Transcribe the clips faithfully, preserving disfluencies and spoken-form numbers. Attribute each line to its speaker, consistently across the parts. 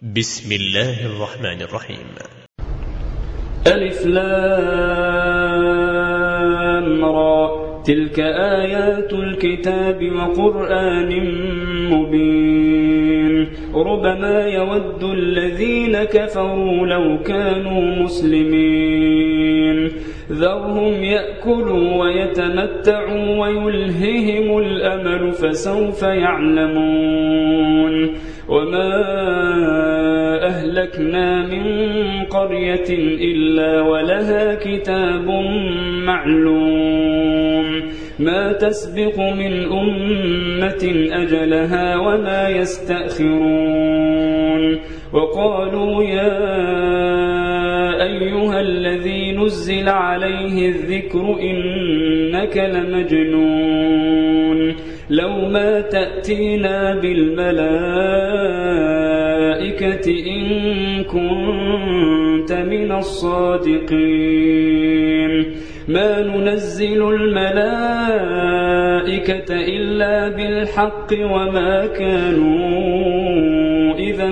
Speaker 1: بسم الله الرحمن الرحيم.
Speaker 2: ألف لام را، تلك آيات الكتاب وقرآن مبين. ربما يود الذين كفروا لو كانوا مسلمين. ذرهم يأكلوا ويتمتعوا ويلههم الأمل فسوف يعلمون. وما أهلكنا من قرية إلا ولها كتاب معلوم، ما تسبق من أمة أجلها وما يستأخرون. وقالوا يا أيها الذي نزل عليه الذكر إنك لمجنون، لو ما تأتينا بالملائكة إن كنت من الصادقين. ما ننزل الملائكة إلا بالحق وما كانوا إذا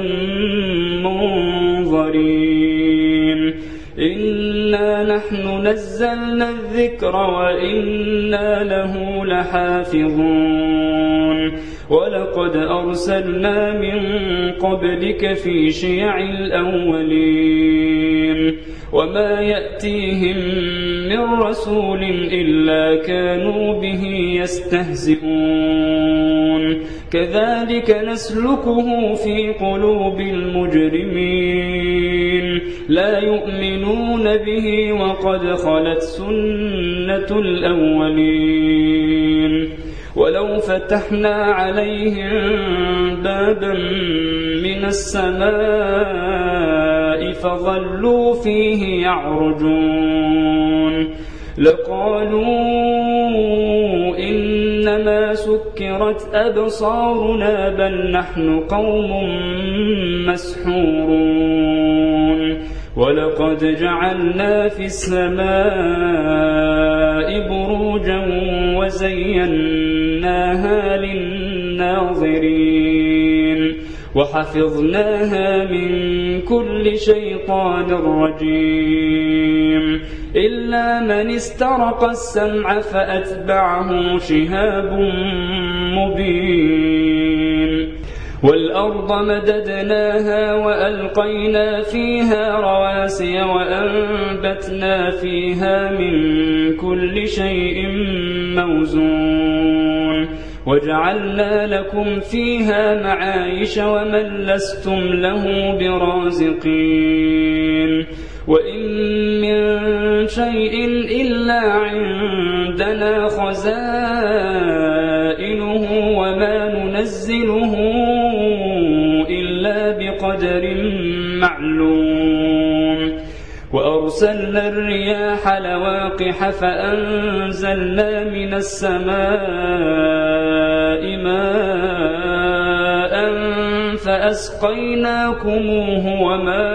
Speaker 2: منظرين. إنا نحن نزلنا الذكر وإنا له لحافظون. ولقد أرسلنا من قبلك في شيع الأولين، وما يأتيهم من رسول إلا كانوا به يستهزئون. كذلك نسلكه في قلوب المجرمين، لا يؤمنون به وقد خلت سنة الأولين. ولو فتحنا عليهم بابا من السماء فظلوا فيه يعرجون لقالوا إنما سكرت أبصارنا بل نحن قوم مسحورون. ولقد جعلنا في السماء بروجا وزيناها للناظرين وحفظناها من كل شيطان رجيم إلا من استرق السمع فأتبعه شهاب مبين. والأرض مددناها وألقينا فيها رواسي وأنبتنا فيها من كل شيء موزون وجعلنا لكم فيها معايش ومن لستم له برازقين. وإن من شيء إلا عندنا خزائنه وما ننزله إلا بقدر معلوم. وأرسلنا الرياح لواقح فأنزلنا من السماء ماء فأسقيناكموه وما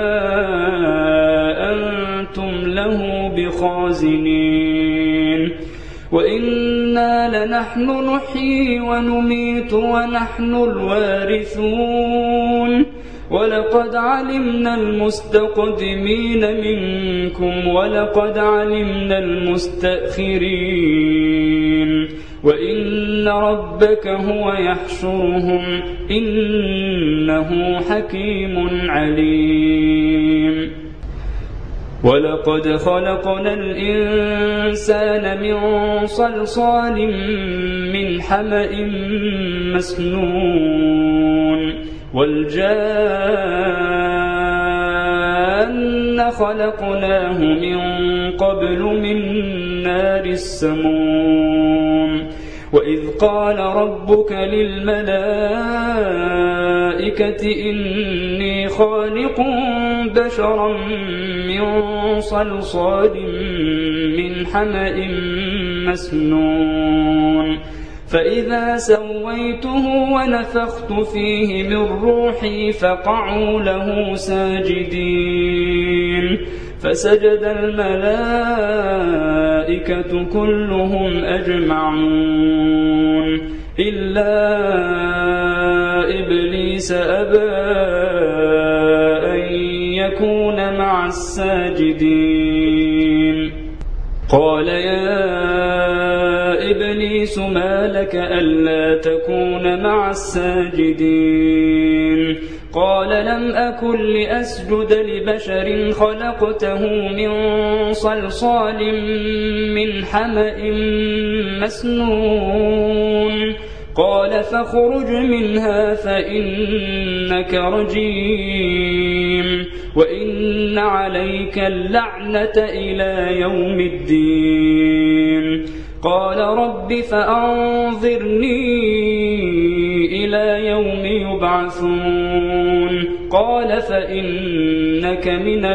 Speaker 2: أنتم له بخازنين. وإنا لنحن نحيي ونميت ونحن الوارثون. ولقد علمنا المستقدمين منكم ولقد علمنا المستأخرين. وإن ربك هو يحشرهم إنه حكيم عليم. ولقد خلقنا الإنسان من صلصال من حمأ مسنون والجان خلقناه من قبل من نار السموم. وإذ قال ربك للملائكة إني خالق بشرا من صلصال من حمأ مسنون فإذا سويته ونفخت فيه من روحي فقعوا له ساجدين. فسجد الملائكة كلهم أجمعون إلا إبليس أبى الساجدين قال يا إبليس ما لك ألا تكون مع الساجدين قال لم أكن لأسجد لبشر خلقته من صلصال من حمأ مسنون قال فاخرج منها فإنك رجيم وإن عليك اللعنة إلى يوم الدين قال رب فأنظرني إلى يوم يبعثون قال فإنك من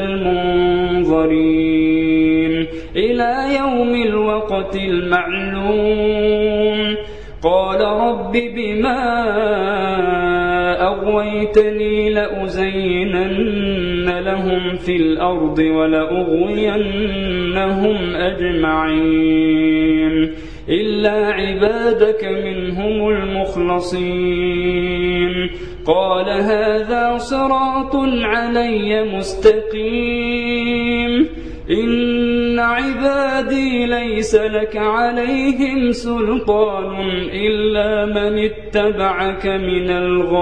Speaker 2: المنظرين إلى يوم الوقت المعلوم قال رب بما أغويتني لأزينن لهم في الأرض ولأغوينهم أجمعين إلا عبادك منهم المخلصين قال هذا صراط علي مستقيم إن عبادي ليس لك عليهم سلطان إلا من اتبعك من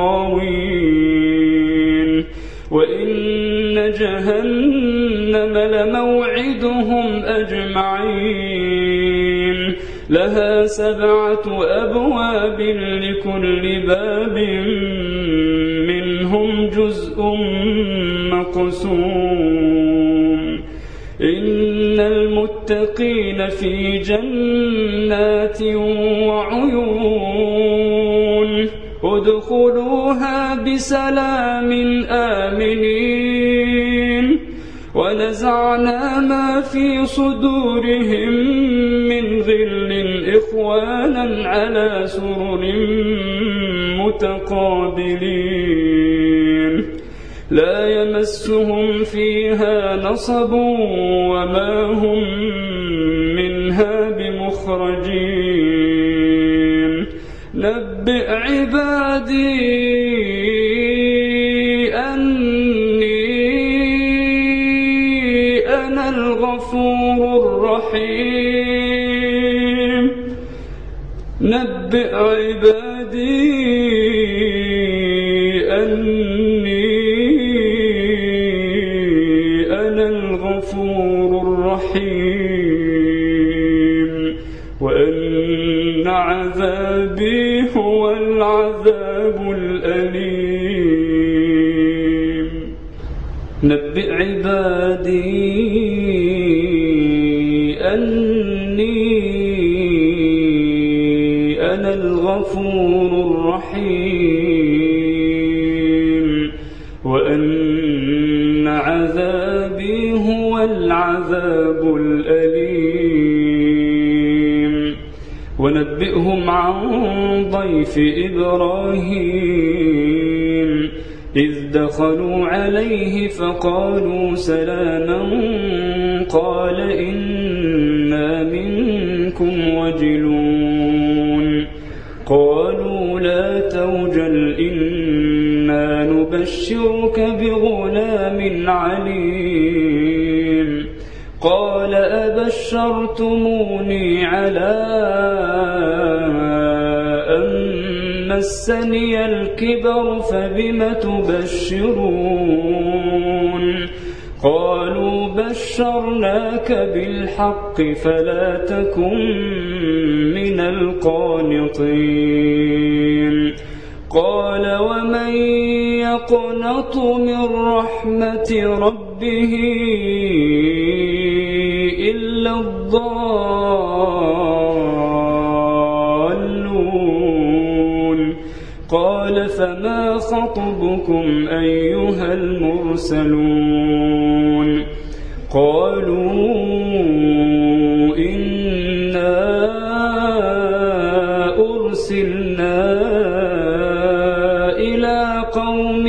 Speaker 2: الغاوين وإن جهنم لموعدهم أجمعين لها سبعة أبواب لكل باب منهم جزء مقسوم إن المتقين في جنات وعيون ادخلوها بسلام آمنين ونزعنا ما في صدورهم من غل إخوانا على سرر متقابلين لا يمسهم فيها نصب وما هم منها بمخرجين نبئ عبادي أني أنا الغفور الرحيم نبئ عبادي أني أنا الغفور الرحيم وأن عذابي هو العذاب الأليم نبئ عبادي أني أنا الغفور الرحيم وأن عذابي هو العذاب الأليم ونبئهم عن ضيف إبراهيم إذ دخلوا عليه فقالوا سلاما قال إنا منكم وجلون قالوا لا توجل إنا نبشرك بغلام عليم قال أبشرتموني على أن مسني الكبر فبم تبشرون قالوا بشرناك بالحق فلا تكن من القانطين قال ومن يقنط من رحمة ربه إلا الضالون قال فما خطبكم أيها المرسلون قالوا إنا أرسلنا إلى قوم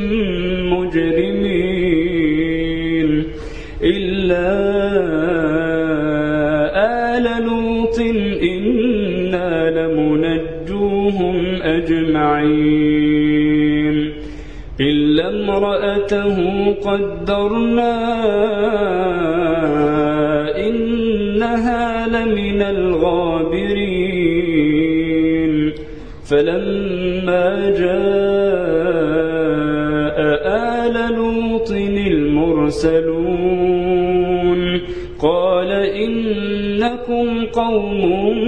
Speaker 2: مجرمين إلا آل لوط إنا لمنجوهم أجمعين إلا امرأته قدرنا إنها لمن الغابرين فلما جاء آل لوط المرسلون قال إنكم قوم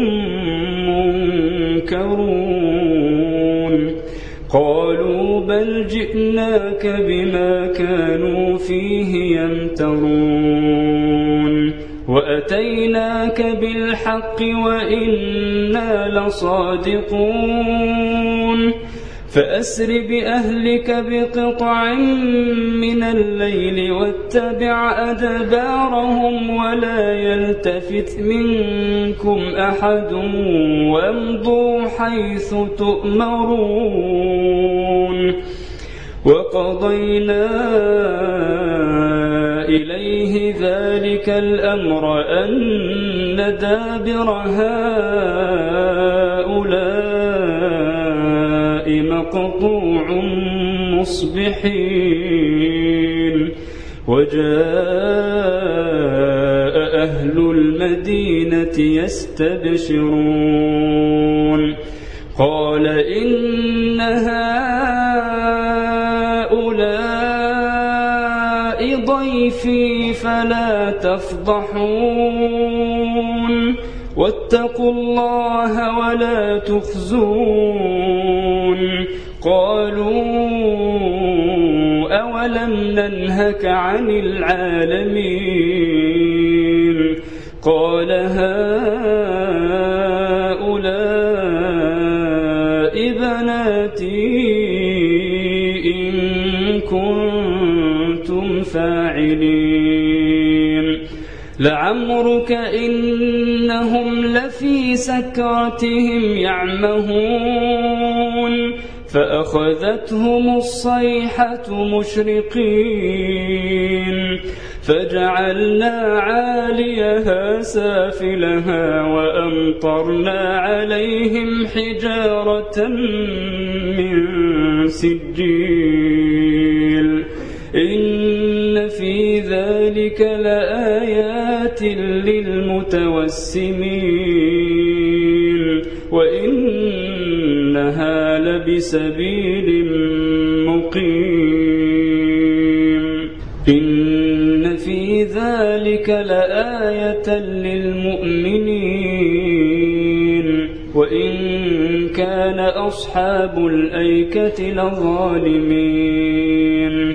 Speaker 2: منكرون قالوا بل جئناك بما كانوا فيه يمترون وأتيناك بالحق وإنا لصادقون فأسر بأهلك بقطع من الليل واتبع أدبارهم ولا يلتفت منكم أحد وامضوا حيث تؤمرون وقضينا إليه ذلك الأمر أن دابر هؤلاء مقطوع مصبحين وجاء أهل المدينة يستبشرون قال إن هؤلاء ضيفي فلا تفضحون واتقوا الله ولا تخزون قالوا أولم ننهك عن العالمين قال هؤلاء بناتي إن كنتم فاعلين لعمرك إنهم لفي سكرتهم يعمهون فأخذتهم الصيحة مشرقين فجعلنا عاليها سافلها وأمطرنا عليهم حجارة من سجيل إن في ذلك لآيات للمتوسمين وإنها لبسبيل مقيم إن في ذلك لآية للمؤمنين وإن كان أصحاب الأيكة لظالمين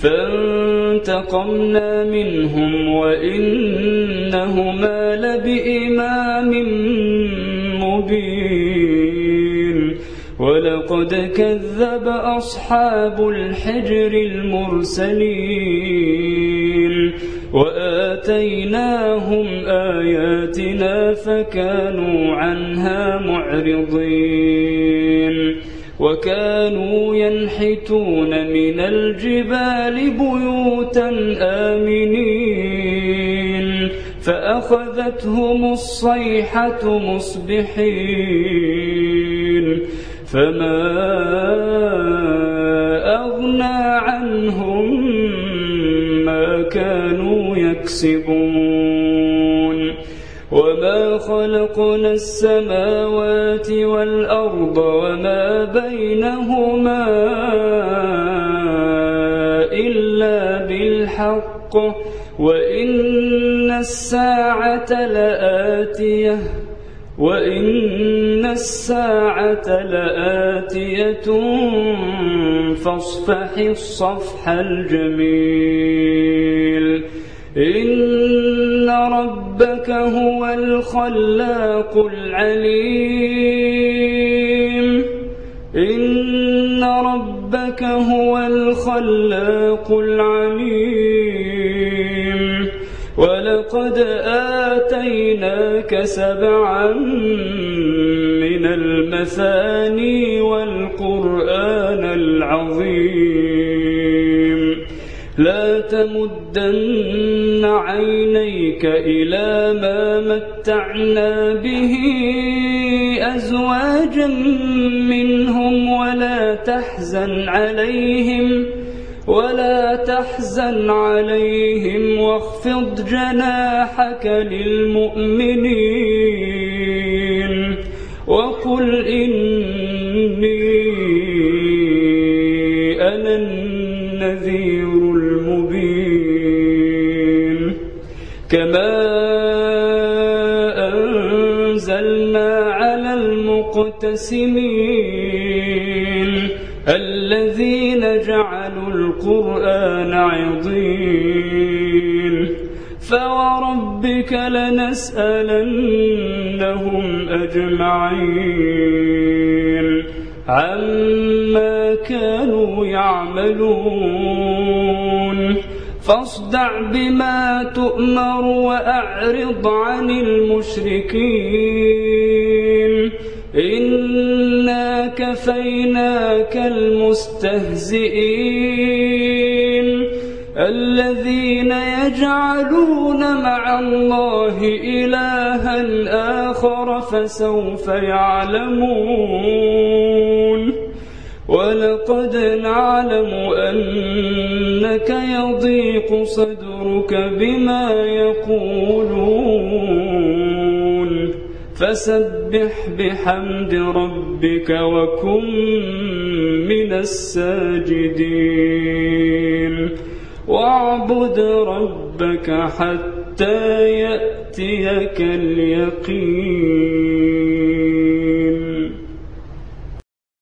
Speaker 2: فانتقمنا منهم وإنهما لبإمام مبين ولقد كذب أصحاب الحجر المرسلين وآتيناهم آياتنا فكانوا عنها معرضين وكانوا ينحتون من الجبال بيوتا آمنين فأخذتهم الصيحة مصبحين فما أغنى عنهم ما كانوا يكسبون وما خلقنا السماوات والأرض وما بينهما إلا بالحق وإن الساعة لآتية وإن الساعة لآتية فاصفح الصفح الجميل إن ربك هو الخلاق العليم إن ربك هو الخلاق العليم ولقد آتيناك سبعا من المثاني والقرآن العظيم لا تمدن عينيك إلى ما متعنا به أزواجا منهم ولا تحزن عليهم ولا تحزن عليهم واخفض جناحك للمؤمنين وقل إني أنا النذير المبين كما أنزلنا على المقتسمين الذين جعلوا القرآن عضين فوربك لنسألنهم أجمعين عما كانوا يعملون فاصدع بما تؤمر وأعرض عن المشركين إنا كفيناك المستهزئين الذين يجعلون مع الله إلها آخر فسوف يعلمون ولقد نعلم أنك يضيق صدرك بما يقولون فسبح بحمد ربك وكن من الساجدين واعبد ربك حتى يأتيك اليقين.